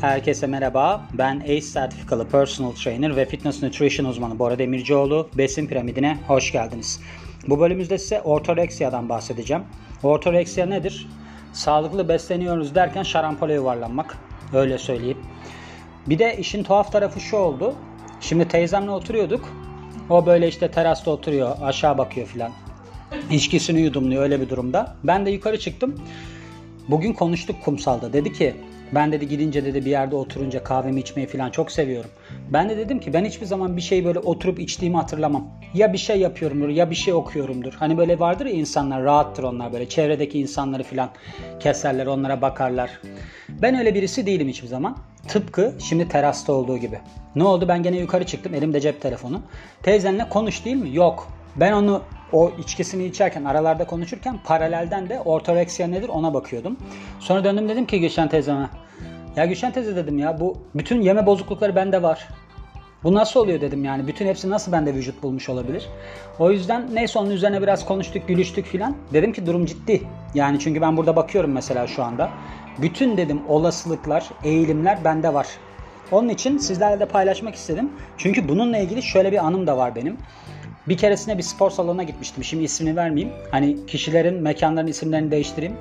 Herkese merhaba. Ben ACE sertifikalı personal trainer ve fitness nutrition uzmanı Bora Demircioğlu. Besin piramidine hoş geldiniz. Bu bölümümüzde size ortoreksiya'dan bahsedeceğim. Ortoreksiya nedir? Sağlıklı besleniyoruz derken şarampole yuvarlanmak. Öyle söyleyeyim. Bir de işin tuhaf tarafı şu oldu. Şimdi teyzemle oturuyorduk. O böyle işte terasta oturuyor, aşağı bakıyor filan. İçkisini yudumluyor öyle bir durumda. Ben de yukarı çıktım. Bugün konuştuk kumsalda. Dedi ki ben dedi gidince dedi bir yerde oturunca kahvemi içmeyi falan çok seviyorum. Ben de dedim ki ben hiçbir zaman bir şey böyle oturup içtiğimi hatırlamam. Ya bir şey yapıyorumdur ya bir şey okuyorumdur. Hani böyle vardır ya insanlar rahattır onlar böyle çevredeki insanları falan keserler onlara bakarlar. Ben öyle birisi değilim hiçbir zaman. Tıpkı şimdi terasta olduğu gibi. Ne oldu ben gene yukarı çıktım elimde cep telefonu. Teyzenle konuş değil mi? Yok. Ben onu o içkisini içerken aralarda konuşurken paralelden de ortoreksiya nedir ona bakıyordum. Sonra döndüm dedim ki Gülşen teyzeme. Ya Gülşen teyze dedim ya bu bütün yeme bozuklukları bende var. Bu nasıl oluyor dedim yani. Bütün hepsi nasıl bende vücut bulmuş olabilir. O yüzden neyse onun üzerine biraz konuştuk, gülüştük filan. Dedim ki durum ciddi. Yani çünkü ben burada bakıyorum mesela şu anda. Bütün dedim olasılıklar, eğilimler bende var. Onun için sizlerle de paylaşmak istedim. Çünkü bununla ilgili şöyle bir anım da var benim. Bir keresinde bir spor salonuna gitmiştim. Şimdi ismini vermeyeyim. Hani kişilerin, mekanların isimlerini değiştireyim.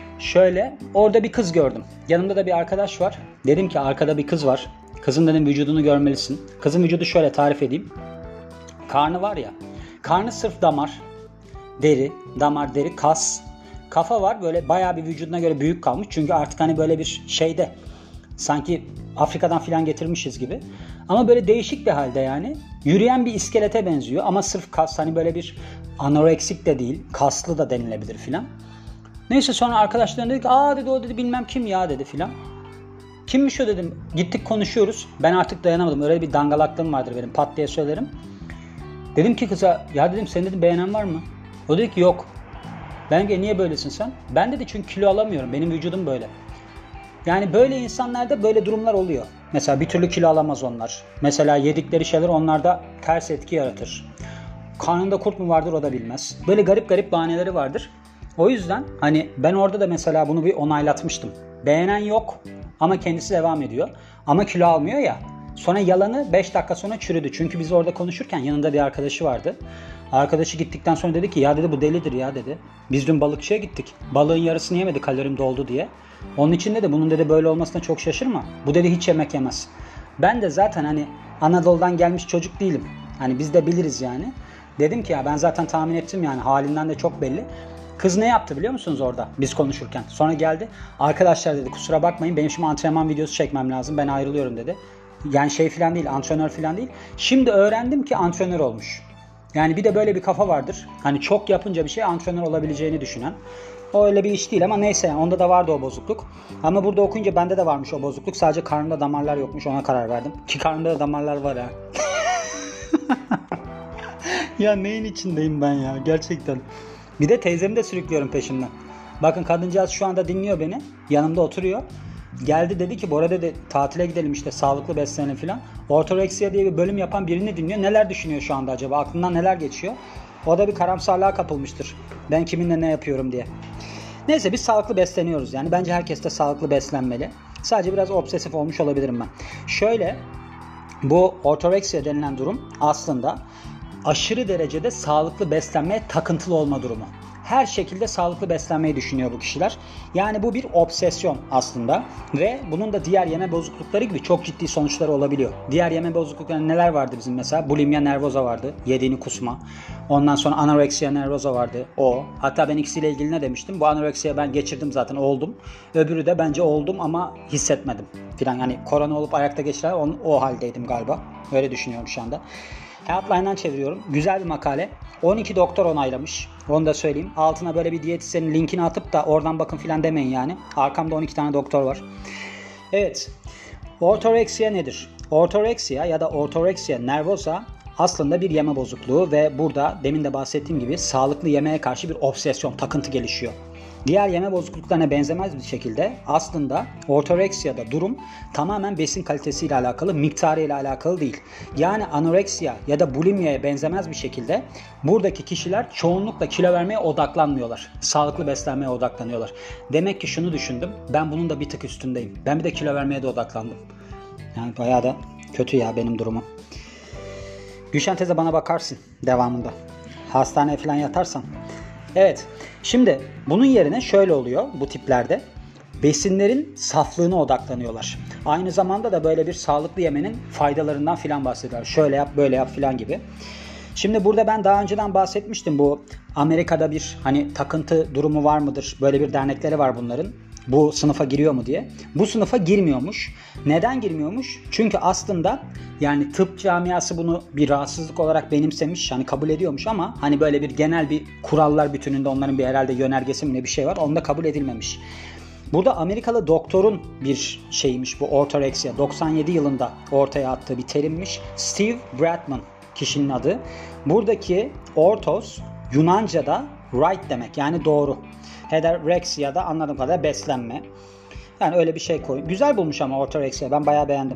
Şöyle orada bir kız gördüm. Yanımda da bir arkadaş var. Dedim ki arkada bir kız var. Kızın dedim vücudunu görmelisin. Kızın vücudu şöyle tarif edeyim. Karnı var ya. Karnı sırf damar, deri, damar, deri, kas. Kafa var böyle bayağı bir vücuduna göre büyük kalmış. Çünkü artık hani böyle bir şeyde sanki Afrika'dan filan getirmişiz gibi. Ama böyle değişik bir halde yani. Yürüyen bir iskelete benziyor ama sırf kas hani böyle bir anoreksik de değil. Kaslı da denilebilir filan. Neyse sonra arkadaşlarım dedi ki aa dedi o dedi bilmem kim ya dedi filan. Kimmiş o dedim. Gittik konuşuyoruz. Ben artık dayanamadım. Öyle bir dangalaklığım vardır benim pat diye söylerim. Dedim ki kıza ya dedim senin dedim beğenen var mı? O dedi ki yok. Ben dedim ki niye böylesin sen? Ben dedi çünkü kilo alamıyorum. Benim vücudum böyle. Yani böyle insanlarda böyle durumlar oluyor. Mesela bir türlü kilo alamaz onlar. Mesela yedikleri şeyler onlarda ters etki yaratır. Karnında kurt mu vardır o da bilmez. Böyle garip garip bahaneleri vardır. O yüzden hani ben orada da mesela bunu bir onaylatmıştım. Beğenen yok ama kendisi devam ediyor. Ama kilo almıyor ya. Sonra yalanı 5 dakika sonra çürüdü. Çünkü biz orada konuşurken yanında bir arkadaşı vardı. Arkadaşı gittikten sonra dedi ki ya dedi bu delidir ya dedi. Biz dün balıkçıya gittik. Balığın yarısını yemedi kalorim doldu diye. Onun için de bunun dedi böyle olmasına çok şaşırma. Bu dedi hiç yemek yemez. Ben de zaten hani Anadolu'dan gelmiş çocuk değilim. Hani biz de biliriz yani. Dedim ki ya ben zaten tahmin ettim yani halinden de çok belli. Kız ne yaptı biliyor musunuz orada biz konuşurken? Sonra geldi. Arkadaşlar dedi kusura bakmayın benim şimdi antrenman videosu çekmem lazım. Ben ayrılıyorum dedi. Yani şey falan değil antrenör falan değil. Şimdi öğrendim ki antrenör olmuş. Yani bir de böyle bir kafa vardır. Hani çok yapınca bir şey antrenör olabileceğini düşünen. O öyle bir iş değil ama neyse yani onda da vardı o bozukluk. Ama burada okuyunca bende de varmış o bozukluk. Sadece karnımda damarlar yokmuş ona karar verdim. Ki karnımda da damarlar var ha. Ya neyin içindeyim ben ya gerçekten. Bir de teyzemi de sürüklüyorum peşimden. Bakın kadıncağız şu anda dinliyor beni. Yanımda oturuyor. Geldi dedi ki Bora dedi tatile gidelim işte sağlıklı beslenelim filan. Ortoreksiya diye bir bölüm yapan birini dinliyor. Neler düşünüyor şu anda acaba? Aklından neler geçiyor? O da bir karamsarlığa kapılmıştır. Ben kiminle ne yapıyorum diye. Neyse biz sağlıklı besleniyoruz yani. Bence herkes de sağlıklı beslenmeli. Sadece biraz obsesif olmuş olabilirim ben. Şöyle bu ortoreksiya denilen durum aslında aşırı derecede sağlıklı beslenmeye takıntılı olma durumu. Her şekilde sağlıklı beslenmeyi düşünüyor bu kişiler. Yani bu bir obsesyon aslında ve bunun da diğer yeme bozuklukları gibi çok ciddi sonuçları olabiliyor. Diğer yeme bozuklukları neler vardı bizim mesela? Bulimia nervosa vardı. Yediğini kusma. Ondan sonra anoreksiya nervosa vardı. O. Hatta ben ikisiyle ilgili ne demiştim? Bu anoreksiya ben geçirdim zaten oldum. Öbürü de bence oldum ama hissetmedim. Filan yani korona olup ayakta geçiren o haldeydim galiba. Öyle düşünüyorum şu anda. Healthline'dan çeviriyorum. Güzel bir makale. 12 doktor onaylamış. Onu da söyleyeyim. Altına böyle bir diyetisyenin linkini atıp da oradan bakın filan demeyin yani. Arkamda 12 tane doktor var. Evet. Ortoreksiya nedir? Ortoreksiya ya da ortoreksiya nervosa aslında bir yeme bozukluğu ve burada demin de bahsettiğim gibi sağlıklı yemeğe karşı bir obsesyon, takıntı gelişiyor. Diğer yeme bozukluklarına benzemez bir şekilde aslında ortoreksiyada durum tamamen besin kalitesiyle alakalı, miktarıyla alakalı değil. Yani anoreksiya ya da bulimiye benzemez bir şekilde buradaki kişiler çoğunlukla kilo vermeye odaklanmıyorlar. Sağlıklı beslenmeye odaklanıyorlar. Demek ki şunu düşündüm, ben bunun da bir tık üstündeyim. Ben bir de kilo vermeye de odaklandım. Yani bayağı da kötü ya benim durumum. Gülşen teyze bana bakarsın devamında. Hastaneye falan yatarsan. Evet. Şimdi bunun yerine şöyle oluyor bu tiplerde. Besinlerin saflığına odaklanıyorlar. Aynı zamanda da böyle bir sağlıklı yemenin faydalarından filan bahsediyorlar. Şöyle yap, böyle yap filan gibi. Şimdi burada ben daha önceden bahsetmiştim, bu Amerika'da bir hani takıntı durumu var mıdır? Böyle bir dernekleri var bunların. Bu sınıfa giriyor mu diye. Bu sınıfa girmiyormuş. Neden girmiyormuş? Çünkü aslında yani tıp camiası bunu bir rahatsızlık olarak benimsemiş. Hani kabul ediyormuş ama hani böyle bir genel bir kurallar bütününde onların bir herhalde yönergesi mi ne bir şey var. Onda kabul edilmemiş. Burada Amerikalı doktorun bir şeymiş bu ortoreksiya. 97 yılında ortaya attığı bir terimmiş. Steve Bradman kişinin adı. Buradaki ortos Yunanca'da right demek, yani doğru. Hetereksiya da anladığım kadarıyla beslenme. Yani öyle bir şey koy. Güzel bulmuş ama ortoreksiya. Ben bayağı beğendim.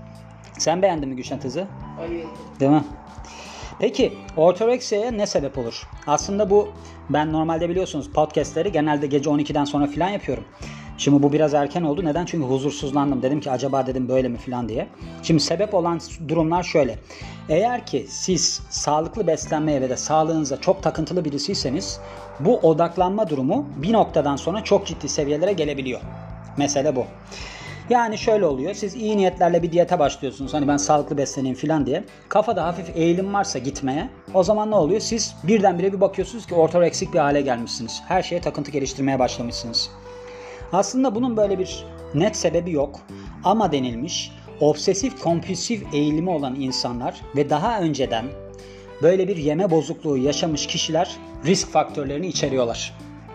Sen beğendin mi Gülşen teyze? Hayır. Değil mi? Peki ortoreksiyaya ne sebep olur? Aslında bu, ben normalde biliyorsunuz podcastleri genelde gece 12'den sonra filan yapıyorum. Şimdi bu biraz erken oldu. Neden? Çünkü huzursuzlandım. Dedim ki acaba dedim böyle mi filan diye. Şimdi sebep olan durumlar şöyle. Eğer ki siz sağlıklı beslenmeye ve de sağlığınıza çok takıntılı birisiyseniz bu odaklanma durumu bir noktadan sonra çok ciddi seviyelere gelebiliyor. Mesele bu. Yani şöyle oluyor. Siz iyi niyetlerle bir diyete başlıyorsunuz. Hani ben sağlıklı besleneyim filan diye. Kafada hafif eğilim varsa gitmeye. O zaman ne oluyor? Siz birdenbire bir bakıyorsunuz ki ortoreksik bir hale gelmişsiniz. Her şeye takıntı geliştirmeye başlamışsınız. Aslında bunun böyle bir net sebebi yok. Ama denilmiş, obsesif kompulsif eğilimi olan insanlar ve daha önceden böyle bir yeme bozukluğu yaşamış kişiler risk faktörlerini içeriyorlar.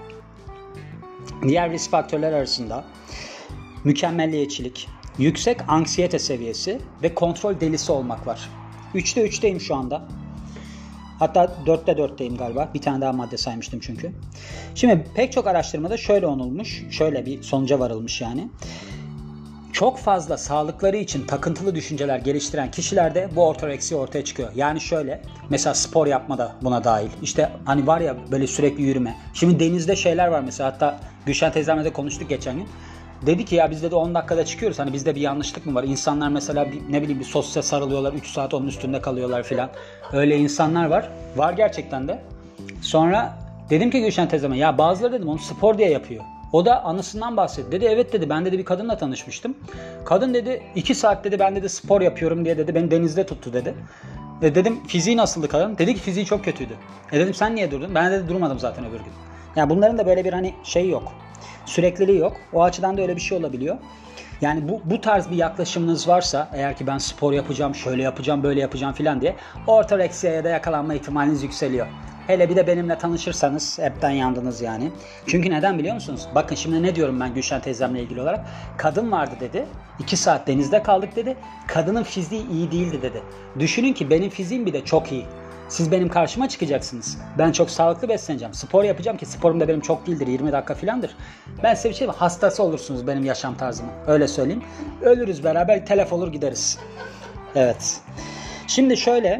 Diğer risk faktörler arasında mükemmelliyetçilik, yüksek anksiyete seviyesi ve kontrol delisi olmak var. 3'te 3'teyim şu anda. Hatta 4'te 4'teyim galiba. Bir tane daha madde saymıştım çünkü. Şimdi pek çok araştırmada şöyle olmuş. Şöyle bir sonuca varılmış yani. Çok fazla sağlıkları için takıntılı düşünceler geliştiren kişilerde bu ortoreksiya ortaya çıkıyor. Yani şöyle, mesela spor yapma da buna dahil. İşte hani var ya böyle sürekli yürüme. Şimdi denizde şeyler var mesela, hatta Gülşen teyzemle de konuştuk geçen gün. Dedi ki ya biz de 10 dakikada çıkıyoruz. Hani bizde bir yanlışlık mı var? İnsanlar mesela ne bileyim bir sosyal sarılıyorlar. 3 saat onun üstünde kalıyorlar filan. Öyle insanlar var. Var gerçekten de. Sonra dedim ki Gülşen teyzeme ya bazıları dedim onu spor diye yapıyor. O da anısından bahsetti. Dedi evet dedi, ben dedi bir kadınla tanışmıştım. Kadın dedi 2 saat dedi ben dedi spor yapıyorum diye dedi beni denizde tuttu dedi. Dedim fiziği nasıldı kadın? Dedi ki fiziği çok kötüydü. Dedim sen niye durdun? Ben dedi durmadım zaten öbür gün. Yani bunların da böyle bir hani şey yok. Sürekliliği yok. O açıdan da öyle bir şey olabiliyor. Yani bu tarz bir yaklaşımınız varsa, eğer ki ben spor yapacağım, şöyle yapacağım, böyle yapacağım filan diye ortoreksiyaya da yakalanma ihtimaliniz yükseliyor. Hele bir de benimle tanışırsanız hepten yandınız yani. Çünkü neden biliyor musunuz? Bakın şimdi ne diyorum ben Gülşen teyzemle ilgili olarak. Kadın vardı dedi. 2 saat denizde kaldık dedi. Kadının fiziği iyi değildi dedi. Düşünün ki benim fiziğim bir de çok iyi. Siz benim karşıma çıkacaksınız. Ben çok sağlıklı besleneceğim. Spor yapacağım ki sporum da benim çok değildir. 20 dakika filandır. Ben size bir şey var. Hastası olursunuz benim yaşam tarzıma. Öyle söyleyeyim. Ölürüz beraber, telef olur gideriz. Evet. Şimdi şöyle.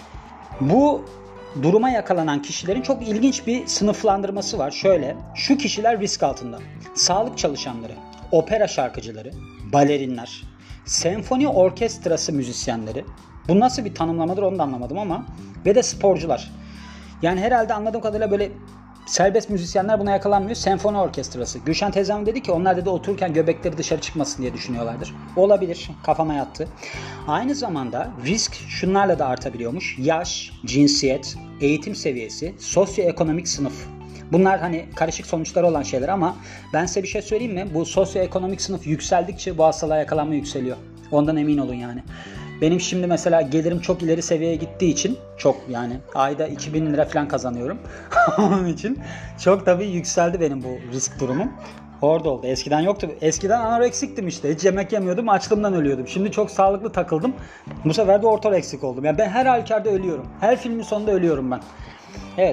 Bu duruma yakalanan kişilerin çok ilginç bir sınıflandırması var. Şöyle. Şu kişiler risk altında. Sağlık çalışanları, opera şarkıcıları, balerinler, senfoni orkestrası müzisyenleri. Bu nasıl bir tanımlamadır onu da anlamadım ama. Ve de sporcular. Yani herhalde anladığım kadarıyla böyle serbest müzisyenler buna yakalanmıyor. Senfoni orkestrası. Gülşen teyzem dedi ki onlar dedi otururken göbekleri dışarı çıkmasın diye düşünüyorlardır. Olabilir. Kafama yattı. Aynı zamanda risk şunlarla da artabiliyormuş. Yaş, cinsiyet, eğitim seviyesi, sosyoekonomik sınıf. Bunlar hani karışık sonuçları olan şeyler ama ben size bir şey söyleyeyim mi? Bu sosyoekonomik sınıf yükseldikçe bu hastalığa yakalanma yükseliyor. Ondan emin olun yani. Benim şimdi mesela gelirim çok ileri seviyeye gittiği için çok yani ayda 2000 lira falan kazanıyorum. Onun için çok tabii yükseldi benim bu risk durumum. Orada oldu. Eskiden yoktu. Eskiden anoreksiktim işte. Hiç yemek yemiyordum. Açlığımdan ölüyordum. Şimdi çok sağlıklı takıldım. Bu sefer de ortoreksik oldum. Yani ben her halükarda ölüyorum. Her filmin sonunda ölüyorum ben. Evet.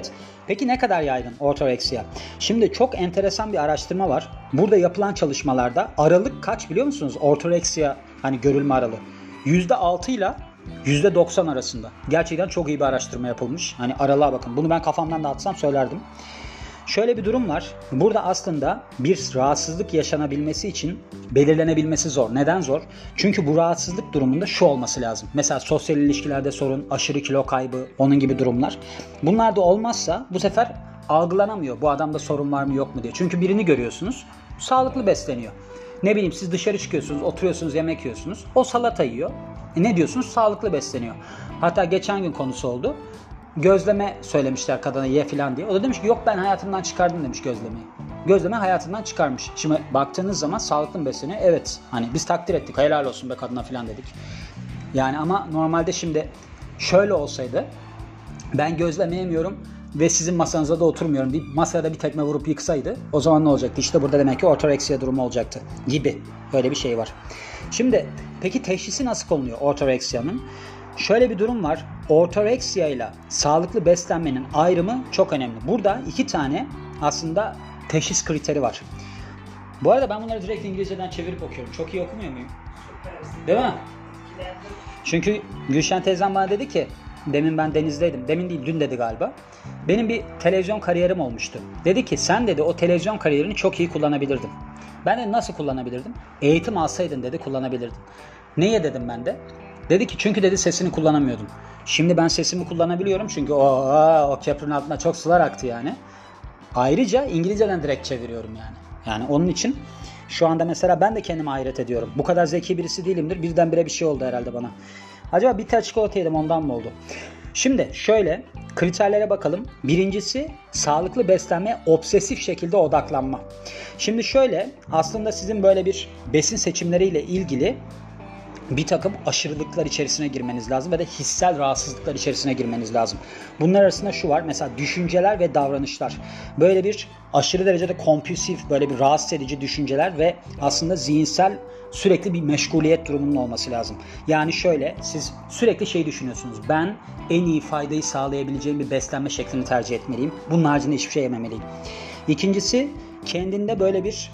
Peki ne kadar yaygın ortoreksiya? Şimdi çok enteresan bir araştırma var. Burada yapılan çalışmalarda aralık kaç biliyor musunuz? Ortoreksiya hani görülme aralığı. %6 ile %90 arasında. Gerçekten çok iyi bir araştırma yapılmış. Hani aralığa bakın. Bunu ben kafamdan da atsam söylerdim. Şöyle bir durum var. Burada aslında bir rahatsızlık yaşanabilmesi için belirlenebilmesi zor. Neden zor? Çünkü bu rahatsızlık durumunda şu olması lazım. Mesela sosyal ilişkilerde sorun, aşırı kilo kaybı, onun gibi durumlar. Bunlar da olmazsa bu sefer algılanamıyor. Bu adamda sorun var mı yok mu diye. Çünkü birini görüyorsunuz, sağlıklı besleniyor. Ne bileyim siz dışarı çıkıyorsunuz, oturuyorsunuz, yemek yiyorsunuz. O salata yiyor. Ne diyorsunuz? Sağlıklı besleniyor. Hatta geçen gün konusu oldu. Gözleme söylemişler kadına ye filan diye. O da demiş ki yok ben hayatımdan çıkardım demiş gözlemeyi. Gözleme hayatından çıkarmış. Şimdi baktığınız zaman sağlıklı mı besleniyor? Evet. Hani biz takdir ettik. Helal olsun be kadına filan dedik. Yani ama normalde şimdi şöyle olsaydı ben gözleme yemiyorum ve sizin masanıza da oturmuyorum deyip masaya da bir tekme vurup yıksaydı o zaman ne olacaktı? İşte burada demek ki ortoreksiya durumu olacaktı gibi. Öyle bir şey var. Şimdi peki teşhisi nasıl konuluyor ortoreksiyanın? Şöyle bir durum var. Ortoreksiya ile sağlıklı beslenmenin ayrımı çok önemli. Burada iki tane aslında teşhis kriteri var. Bu arada ben bunları direkt İngilizceden çevirip okuyorum. Çok iyi okumuyor muyum? Değil mi? Çünkü Gülşen teyzem bana dedi ki demin ben denizdeydim. Demin değil dün dedi galiba. Benim bir televizyon kariyerim olmuştu. Dedi ki sen dedi o televizyon kariyerini çok iyi kullanabilirdin. Ben de nasıl kullanabilirdim? Eğitim alsaydın dedi kullanabilirdin. Neye dedim ben de? Dedi ki çünkü dedi sesini kullanamıyordum. Şimdi ben sesimi kullanabiliyorum çünkü o köprünün altına çok sular aktı yani. Ayrıca İngilizceden direkt çeviriyorum yani. Yani onun için şu anda mesela ben de kendime hayret ediyorum. Bu kadar zeki birisi değilimdir. Birdenbire bir şey oldu herhalde bana. Acaba bir tane çikolata yedim ondan mı oldu? Şimdi şöyle kriterlere bakalım. Birincisi sağlıklı beslenmeye obsesif şekilde odaklanma. Şimdi şöyle aslında sizin böyle bir besin seçimleriyle ilgili bir takım aşırılıklar içerisine girmeniz lazım ve de hissel rahatsızlıklar içerisine girmeniz lazım. Bunlar arasında şu var mesela düşünceler ve davranışlar. Böyle bir aşırı derecede kompulsif böyle bir rahatsız edici düşünceler ve aslında zihinsel sürekli bir meşguliyet durumunun olması lazım. Yani şöyle siz sürekli şey düşünüyorsunuz. Ben en iyi faydayı sağlayabileceğim bir beslenme şeklini tercih etmeliyim. Bunun haricinde hiçbir şey yememeliyim. İkincisi kendinde böyle bir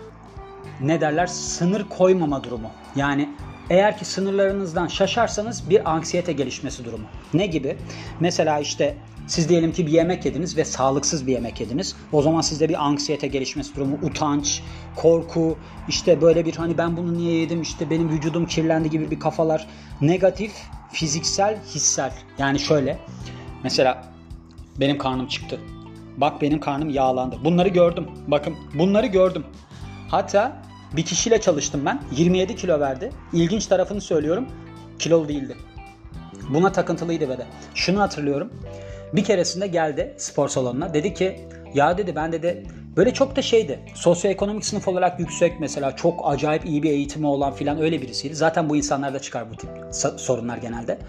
sınır koymama durumu. Yani eğer ki sınırlarınızdan şaşarsanız bir anksiyete gelişmesi durumu. Ne gibi? Mesela işte siz diyelim ki bir yemek yediniz ve sağlıksız bir yemek yediniz. O zaman sizde bir anksiyete gelişmesi durumu, utanç, korku, işte böyle bir hani ben bunu niye yedim, işte benim vücudum kirlendi gibi bir kafalar. Negatif, fiziksel, hissel. Yani şöyle mesela benim karnım çıktı. Bak benim karnım yağlandı. Bunları gördüm. Bakın bunları gördüm. Hatta bir kişiyle çalıştım ben. 27 kilo verdi. İlginç tarafını söylüyorum. Kilolu değildi. Buna takıntılıydı ve de. Şunu hatırlıyorum. Bir keresinde geldi spor salonuna. Dedi ki ya dedi ben dedi böyle çok da şeydi. Sosyoekonomik sınıf olarak yüksek mesela çok acayip iyi bir eğitimi olan filan öyle birisiydi. Zaten bu insanlarda çıkar bu tip sorunlar genelde.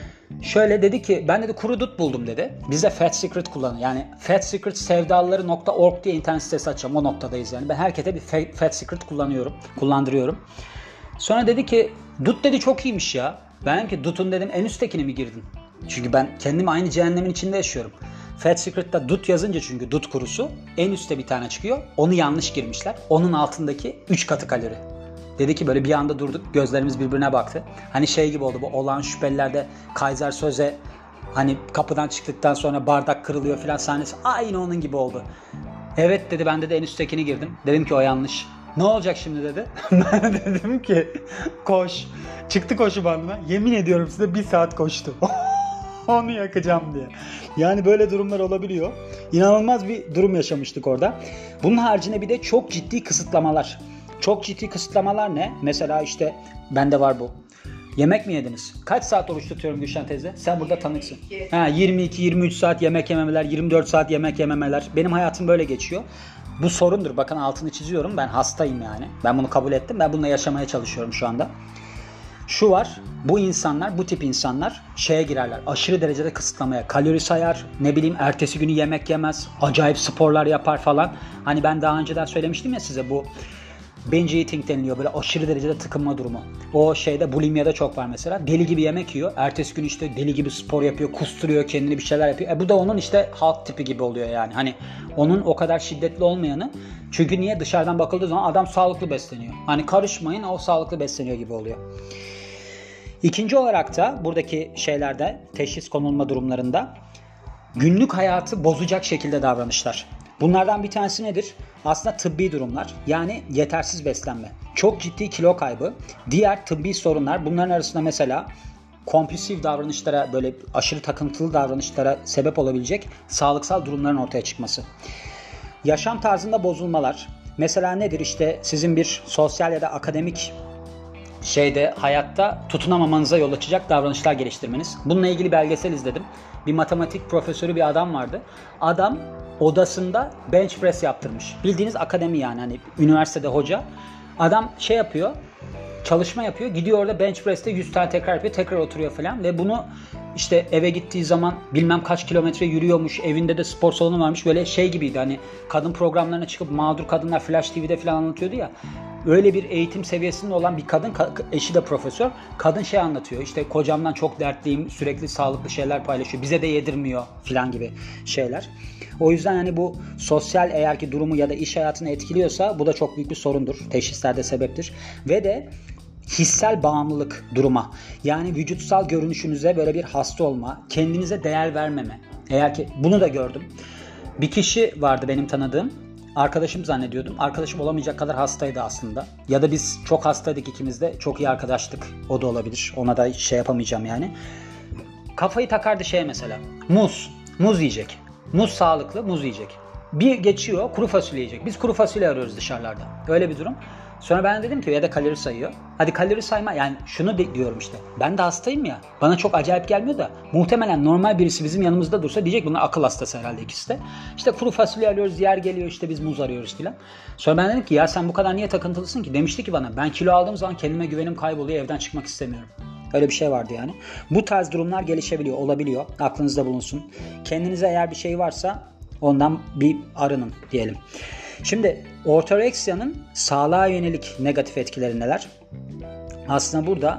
Şöyle dedi ki ben dedi kuru dut buldum dedi. Biz de Fat Secret kullanıyoruz. Yani fatsecretsevdaları.org diye internet sitesi açacağım. O noktadayız yani. Ben herkese bir Fat Secret kullandırıyorum. Sonra dedi ki dut dedi çok iyiymiş ya. Ben dedim ki dutun dedim en üsttekini mi girdin? Çünkü ben kendim aynı cehennemin içinde yaşıyorum. Fat Secret'ta dut yazınca çünkü dut kurusu en üstte bir tane çıkıyor. Onu yanlış girmişler. Onun altındaki 3 katı kalori. Dedi ki böyle bir anda durduk. Gözlerimiz birbirine baktı. Hani şey gibi oldu bu Olağan Şüpheliler'de Kaiser Söze hani kapıdan çıktıktan sonra bardak kırılıyor filan sahnesi. Aynı onun gibi oldu. Evet dedi ben de en üsttekini girdim. Dedim ki o yanlış. Ne olacak şimdi dedi. Ben dedim ki koş. Çıktı koşu bandına. Yemin ediyorum size 1 saat koştu. Onu yakacağım diye. Yani böyle durumlar olabiliyor. İnanılmaz bir durum yaşamıştık orada. Bunun haricinde bir de çok ciddi kısıtlamalar. Çok ciddi kısıtlamalar ne? Mesela işte bende var bu. Yemek mi yediniz? Kaç saat oruç tutuyorum Gülşen teyze? Sen burada tanıksın. 22-23 saat yemek yememeler, 24 saat yemek yememeler. Benim hayatım böyle geçiyor. Bu sorundur. Bakın altını çiziyorum. Ben hastayım yani. Ben bunu kabul ettim. Ben bununla yaşamaya çalışıyorum şu anda. Şu var. Bu tip insanlar şeye girerler. Aşırı derecede kısıtlamaya. Kalori sayar. Ne bileyim ertesi günü yemek yemez. Acayip sporlar yapar falan. Hani ben daha önceden söylemiştim ya size bu binge eating deniliyor. Böyle aşırı derecede tıkınma durumu. O şeyde bulimyada çok var mesela. Deli gibi yemek yiyor. Ertesi gün işte deli gibi spor yapıyor. Kusturuyor kendini, bir şeyler yapıyor. Bu da onun işte Hulk tipi gibi oluyor yani. Hani onun o kadar şiddetli olmayanı. Çünkü niye? Dışarıdan bakıldığı zaman adam sağlıklı besleniyor. Hani karışmayın, o sağlıklı besleniyor gibi oluyor. İkinci olarak da buradaki şeylerde, teşhis konulma durumlarında günlük hayatı bozacak şekilde davranışlar. Bunlardan bir tanesi nedir? Aslında tıbbi durumlar. Yani yetersiz beslenme. Çok ciddi kilo kaybı. Diğer tıbbi sorunlar. Bunların arasında mesela kompulsif davranışlara, böyle aşırı takıntılı davranışlara sebep olabilecek sağlıksal durumların ortaya çıkması. Yaşam tarzında bozulmalar. Mesela nedir? İşte sizin bir sosyal ya da akademik hayatta tutunamamanıza yol açacak davranışlar geliştirmeniz. Bununla ilgili belgesel izledim. Bir matematik profesörü bir adam vardı. Adam odasında bench press yaptırmış. Bildiğiniz akademi yani, hani üniversitede hoca. Adam yapıyor, çalışma yapıyor. Gidiyor orada bench press'te 100 tane tekrar yapıyor. Tekrar oturuyor falan ve bunu işte eve gittiği zaman bilmem kaç kilometre yürüyormuş. Evinde de spor salonu varmış. Böyle gibiydi, hani kadın programlarına çıkıp mağdur kadınlar Flash TV'de falan anlatıyordu ya. Öyle bir eğitim seviyesinde olan bir kadın, eşi de profesör. Kadın anlatıyor. İşte kocamdan çok dertliyim, sürekli sağlıklı şeyler paylaşıyor. Bize de yedirmiyor falan gibi şeyler. O yüzden hani bu sosyal eğer ki durumu ya da iş hayatını etkiliyorsa bu da çok büyük bir sorundur. Teşhislerde sebeptir. Ve de hissel bağımlılık duruma. Yani vücutsal görünüşünüze böyle bir hasta olma, kendinize değer vermeme. Eğer ki bunu da gördüm. Bir kişi vardı benim tanıdığım. Arkadaşım zannediyordum. Arkadaşım olamayacak kadar hastaydı aslında. Ya da biz çok hastaydık ikimiz de. Çok iyi arkadaştık. O da olabilir. Ona da yapamayacağım yani. Kafayı takardı mesela. Muz. Muz yiyecek. Muz sağlıklı. Muz yiyecek. Bir geçiyor, kuru fasulye yiyecek. Biz kuru fasulye arıyoruz dışarılarda. Öyle bir durum. Sonra ben dedim ki, ya da kalori sayıyor. Hadi kalori sayma, yani şunu diyorum işte. Ben de hastayım ya. Bana çok acayip gelmiyor da muhtemelen normal birisi bizim yanımızda dursa diyecek bunlar akıl hastası herhalde ikisi de. İşte kuru fasulye arıyoruz, yer geliyor, işte biz muz arıyoruz filan. Sonra ben dedim ki ya sen bu kadar niye takıntılısın ki? Demişti ki bana, ben kilo aldığım zaman kendime güvenim kayboluyor, evden çıkmak istemiyorum. Öyle bir şey vardı yani. Bu tarz durumlar gelişebiliyor, olabiliyor. Aklınızda bulunsun. Kendinize eğer bir şey varsa ondan bir arının diyelim. Şimdi ortoreksiyanın sağlığa yönelik negatif etkileri neler? Aslında burada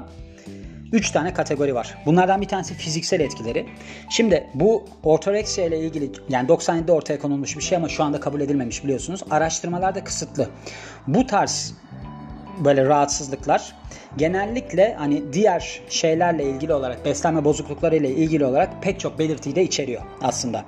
3 tane kategori var. Bunlardan bir tanesi fiziksel etkileri. Şimdi bu ortoreksiya ile ilgili, yani 97'de ortaya konulmuş bir şey ama şu anda kabul edilmemiş biliyorsunuz. Araştırmalar da kısıtlı. Bu tarz böyle rahatsızlıklar genellikle hani diğer şeylerle ilgili olarak, beslenme bozuklukları ile ilgili olarak pek çok belirtiyi de içeriyor aslında.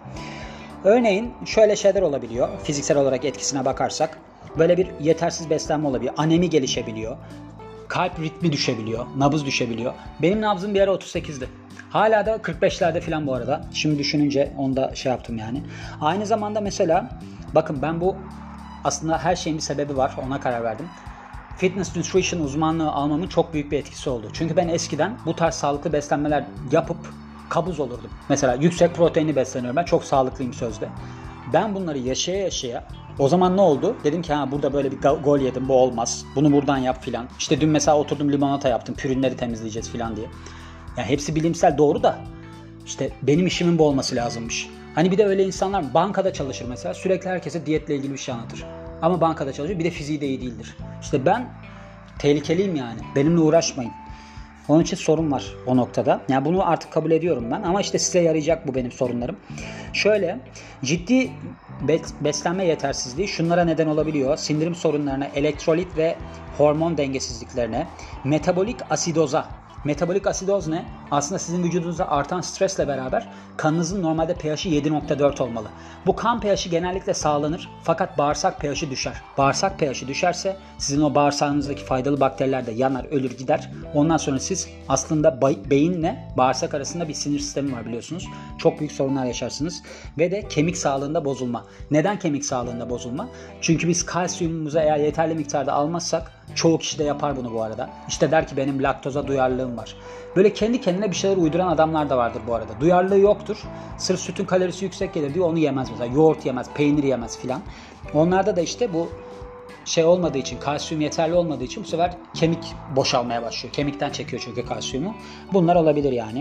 Örneğin şöyle şeyler olabiliyor. Fiziksel olarak etkisine bakarsak böyle bir yetersiz beslenme olabiliyor. Anemi gelişebiliyor. Kalp ritmi düşebiliyor. Nabız düşebiliyor. Benim nabzım bir ara 38'di. Hala da 45'lerde falan bu arada. Şimdi düşününce onu da yaptım yani. Aynı zamanda mesela bakın, ben bu aslında her şeyin bir sebebi var. Ona karar verdim. Fitness Nutrition uzmanlığı almamın çok büyük bir etkisi oldu. Çünkü ben eskiden bu tarz sağlıklı beslenmeler yapıp kabuz olurdum. Mesela yüksek proteinli besleniyorum. Ben çok sağlıklıyım sözde. Ben bunları yaşaya yaşaya, o zaman ne oldu? Dedim ki burada böyle bir gol yedim, bu olmaz. Bunu buradan yap filan. İşte dün mesela oturdum limonata yaptım. Pürünleri temizleyeceğiz filan diye. Yani hepsi bilimsel doğru da işte benim işimin bu olması lazımmış. Hani bir de öyle insanlar bankada çalışır mesela. Sürekli herkese diyetle ilgili bir şey anlatır. Ama bankada çalışıyor. Bir de fiziği de iyi değildir. İşte ben tehlikeliyim yani. Benimle uğraşmayın. Onun için sorun var o noktada. Yani bunu artık kabul ediyorum ben. Ama işte size yarayacak bu benim sorunlarım. Şöyle, ciddi beslenme yetersizliği şunlara neden olabiliyor. Sindirim sorunlarına, elektrolit ve hormon dengesizliklerine, metabolik asidoza. Metabolik asidoz ne? Aslında sizin vücudunuzda artan stresle beraber kanınızın normalde pH'i 7.4 olmalı. Bu kan pH'i genellikle sağlanır fakat bağırsak pH'i düşer. Bağırsak pH'i düşerse sizin o bağırsağınızdaki faydalı bakteriler de yanar, ölür gider. Ondan sonra siz aslında beyinle bağırsak arasında bir sinir sistemi var biliyorsunuz. Çok büyük sorunlar yaşarsınız. Ve de kemik sağlığında bozulma. Neden kemik sağlığında bozulma? Çünkü biz kalsiyumumuzu eğer yeterli miktarda almazsak, çoğu kişi de yapar bunu bu arada. İşte der ki benim laktoza duyarlılığım var. Böyle kendi kendine bir şeyler uyduran adamlar da vardır bu arada. Duyarlılığı yoktur. Sırf sütün kalorisi yüksek gelir diyor, onu yemez mesela. Yoğurt yemez, peynir yemez filan. Onlarda da işte bu olmadığı için, kalsiyum yeterli olmadığı için bu sefer kemik boşalmaya başlıyor. Kemikten çekiyor çünkü kalsiyumu. Bunlar olabilir yani.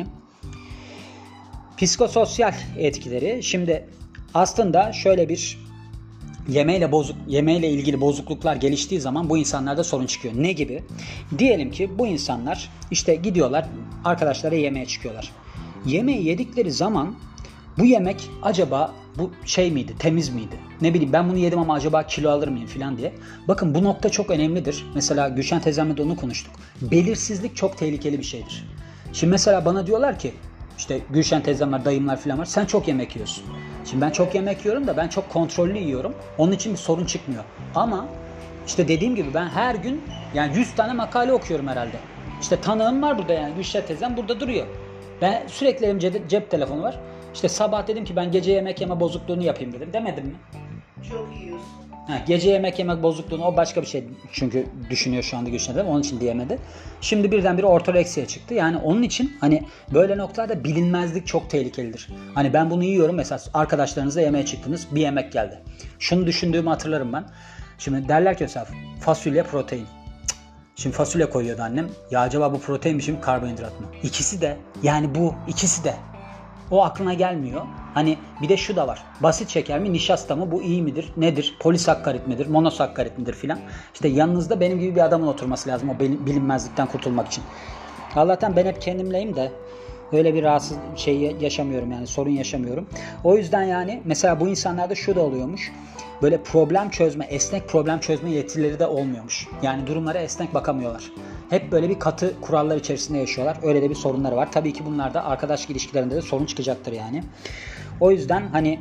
Psikososyal etkileri. Şimdi aslında şöyle bir yemeyle ilgili bozukluklar geliştiği zaman bu insanlarda sorun çıkıyor. Ne gibi? Diyelim ki bu insanlar işte gidiyorlar arkadaşlara yemeğe çıkıyorlar. Yemeği yedikleri zaman bu yemek acaba bu şey miydi, temiz miydi? Ne bileyim ben bunu yedim ama acaba kilo alır mıyım falan diye. Bakın bu nokta çok önemlidir. Mesela Gülşen teyzemle de onu konuştuk. Belirsizlik çok tehlikeli bir şeydir. Şimdi mesela bana diyorlar ki işte Gülşen teyzem var, dayımlar falan var. Sen çok yemek yiyorsun. Şimdi ben çok yemek yiyorum da ben çok kontrollü yiyorum. Onun için bir sorun çıkmıyor. Ama işte dediğim gibi ben her gün yani 100 tane makale okuyorum herhalde. İşte tanığım var burada yani Gülşen teyzem burada duruyor. Ben sürekli elimde cep telefonu var. İşte sabah dedim ki ben gece yemek yeme bozukluğunu yapayım dedim. Demedim mi? Çok yiyorsun. Gece yemek yemek bozukluğunu o başka bir şey çünkü düşünüyor şu anda Gülşen teyzem. Onun için diyemedi. Şimdi birdenbire ortoreksiye çıktı. Yani onun için hani böyle noktalarda bilinmezlik çok tehlikelidir. Hani ben bunu yiyorum mesela arkadaşlarınızla yemeğe çıktınız bir yemek geldi. Şunu düşündüğümü hatırlarım ben. Şimdi derler ki mesela fasulye protein. Şimdi fasulye koyuyordu annem. Ya acaba bu protein mi şimdi karbonhidrat mı? İkisi de yani bu ikisi de. O aklına gelmiyor. Hani bir de şu da var. Basit şeker mi, nişasta mı? Bu iyi midir? Nedir? Polisakkarit midir? Monosakkarit midir filan. İşte yanınızda benim gibi bir adamın oturması lazım o bilinmezlikten kurtulmak için. Allah'tan ben hep kendimleyim de öyle bir rahatsız şey yaşamıyorum yani sorun yaşamıyorum. O yüzden yani mesela bu insanlarda şu da oluyormuş. Böyle problem çözme, esnek problem çözme yetileri de olmuyormuş. Yani durumlara esnek bakamıyorlar. Hep böyle bir katı kurallar içerisinde yaşıyorlar. Öyle de bir sorunları var. Tabii ki bunlar da arkadaşlık ilişkilerinde de sorun çıkacaktır yani. O yüzden hani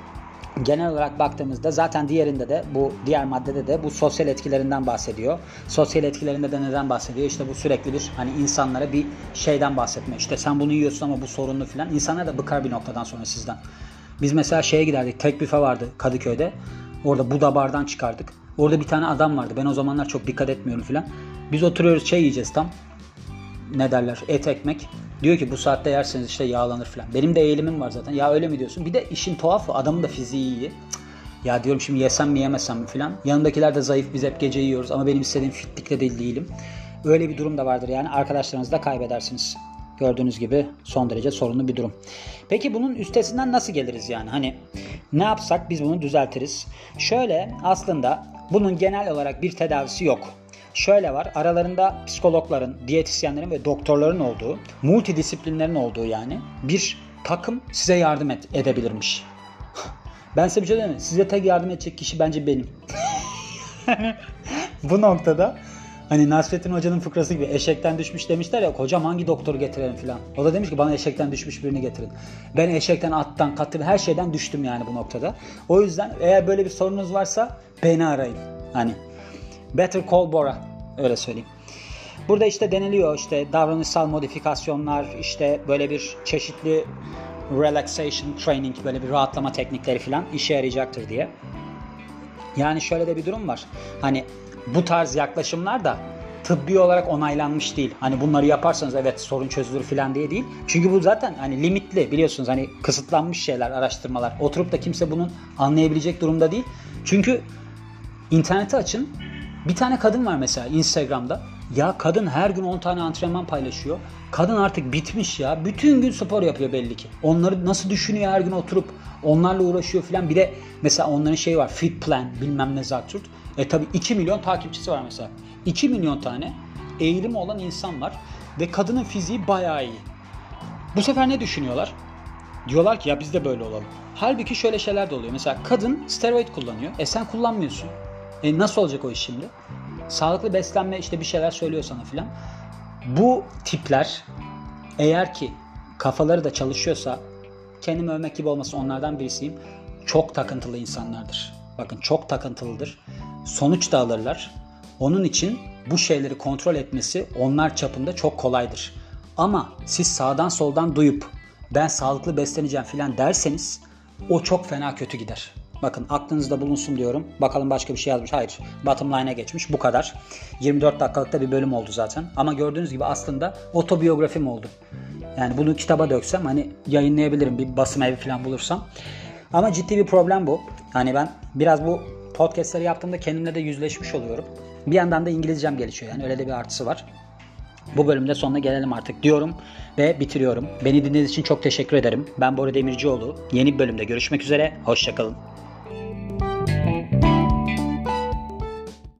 genel olarak baktığımızda zaten diğerinde de bu diğer maddede de bu sosyal etkilerinden bahsediyor. Sosyal etkilerinde de neden bahsediyor? İşte bu sürekli bir hani insanlara bir şeyden bahsetme. İşte sen bunu yiyorsun ama bu sorunlu filan. İnsanlar da bıkar bir noktadan sonra sizden. Biz mesela şeye giderdik. Tek büfe vardı Kadıköy'de. Orada Buda bardan çıkardık. Orada bir tane adam vardı. Ben o zamanlar çok dikkat etmiyorum filan. Biz oturuyoruz şey yiyeceğiz tam. Ne derler? Et ekmek. Diyor ki bu saatte yerseniz işte yağlanır filan. Benim de eğilimim var zaten. Ya öyle mi diyorsun? Bir de işin tuhafı adamın da fiziği iyi. Ya diyorum şimdi yesem mi yemesem mi filan. Yanındakiler de zayıf. Biz hep gece yiyoruz ama benim istediğim fitlikte değilim. Öyle bir durum da vardır yani. Arkadaşlarınızı da kaybedersiniz. Gördüğünüz gibi son derece sorunlu bir durum. Peki bunun üstesinden nasıl geliriz yani? Hani ne yapsak biz bunu düzeltiriz? Şöyle aslında bunun genel olarak bir tedavisi yok. Şöyle var, aralarında psikologların, diyetisyenlerin ve doktorların olduğu, multidisiplinlerin olduğu yani bir takım size yardım edebilirmiş. Ben size bir şey diyeyim mi? Size tek yardım edecek kişi bence benim. Bu noktada hani Nasrettin Hoca'nın fıkrası gibi eşekten düşmüş demişler ya hocam hangi doktoru getirelim filan. O da demiş ki bana eşekten düşmüş birini getirin. Ben eşekten, attan, katır her şeyden düştüm yani bu noktada. O yüzden eğer böyle bir sorunuz varsa beni arayın. Hani Better Call Bora öyle söyleyeyim. Burada işte deniliyor işte davranışsal modifikasyonlar işte böyle bir çeşitli relaxation training böyle bir rahatlama teknikleri filan işe yarayacaktır diye. Yani şöyle de bir durum var. Hani bu tarz yaklaşımlar da tıbbi olarak onaylanmış değil. Hani bunları yaparsanız evet sorun çözülür falan diye değil. Çünkü bu zaten hani limitli biliyorsunuz hani kısıtlanmış şeyler, araştırmalar. Oturup da kimse bunun anlayabilecek durumda değil. Çünkü interneti açın. Bir tane kadın var mesela Instagram'da. Ya kadın her gün 10 tane antrenman paylaşıyor. Kadın artık bitmiş ya. Bütün gün spor yapıyor belli ki. Onları nasıl düşünüyor her gün oturup onlarla uğraşıyor filan. Bir de mesela onların şeyi var. Fit Plan bilmem ne zartürt. Tabii 2 milyon takipçisi var mesela. 2 milyon tane eğilimi olan insan var. Ve kadının fiziği bayağı iyi. Bu sefer ne düşünüyorlar? Diyorlar ki ya biz de böyle olalım. Halbuki şöyle şeyler de oluyor. Mesela kadın steroid kullanıyor. Sen kullanmıyorsun. Nasıl olacak o iş şimdi? Sağlıklı beslenme işte bir şeyler söylüyor sana filan. Bu tipler eğer ki kafaları da çalışıyorsa kendimi övmek gibi olmasın onlardan birisiyim. Çok takıntılı insanlardır. Bakın çok takıntılıdır. Sonuç da alırlar. Onun için bu şeyleri kontrol etmesi onlar çapında çok kolaydır. Ama siz sağdan soldan duyup ben sağlıklı besleneceğim filan derseniz o çok fena kötü gider. Bakın aklınızda bulunsun diyorum. Bakalım başka bir şey yazmış. Hayır. Bottom line'a geçmiş. Bu kadar. 24 dakikalıkta bir bölüm oldu zaten. Ama gördüğünüz gibi aslında otobiyografim oldu. Yani bunu kitaba döksem hani yayınlayabilirim. Bir basım evi falan bulursam. Ama ciddi bir problem bu. Hani ben biraz bu podcastleri yaptığımda kendimle de yüzleşmiş oluyorum. Bir yandan da İngilizcem gelişiyor. Yani öyle de bir artısı var. Bu bölümde sonuna gelelim artık diyorum ve bitiriyorum. Beni dinlediğiniz için çok teşekkür ederim. Ben Bora Demircioğlu. Yeni bir bölümde görüşmek üzere. Hoşça kalın.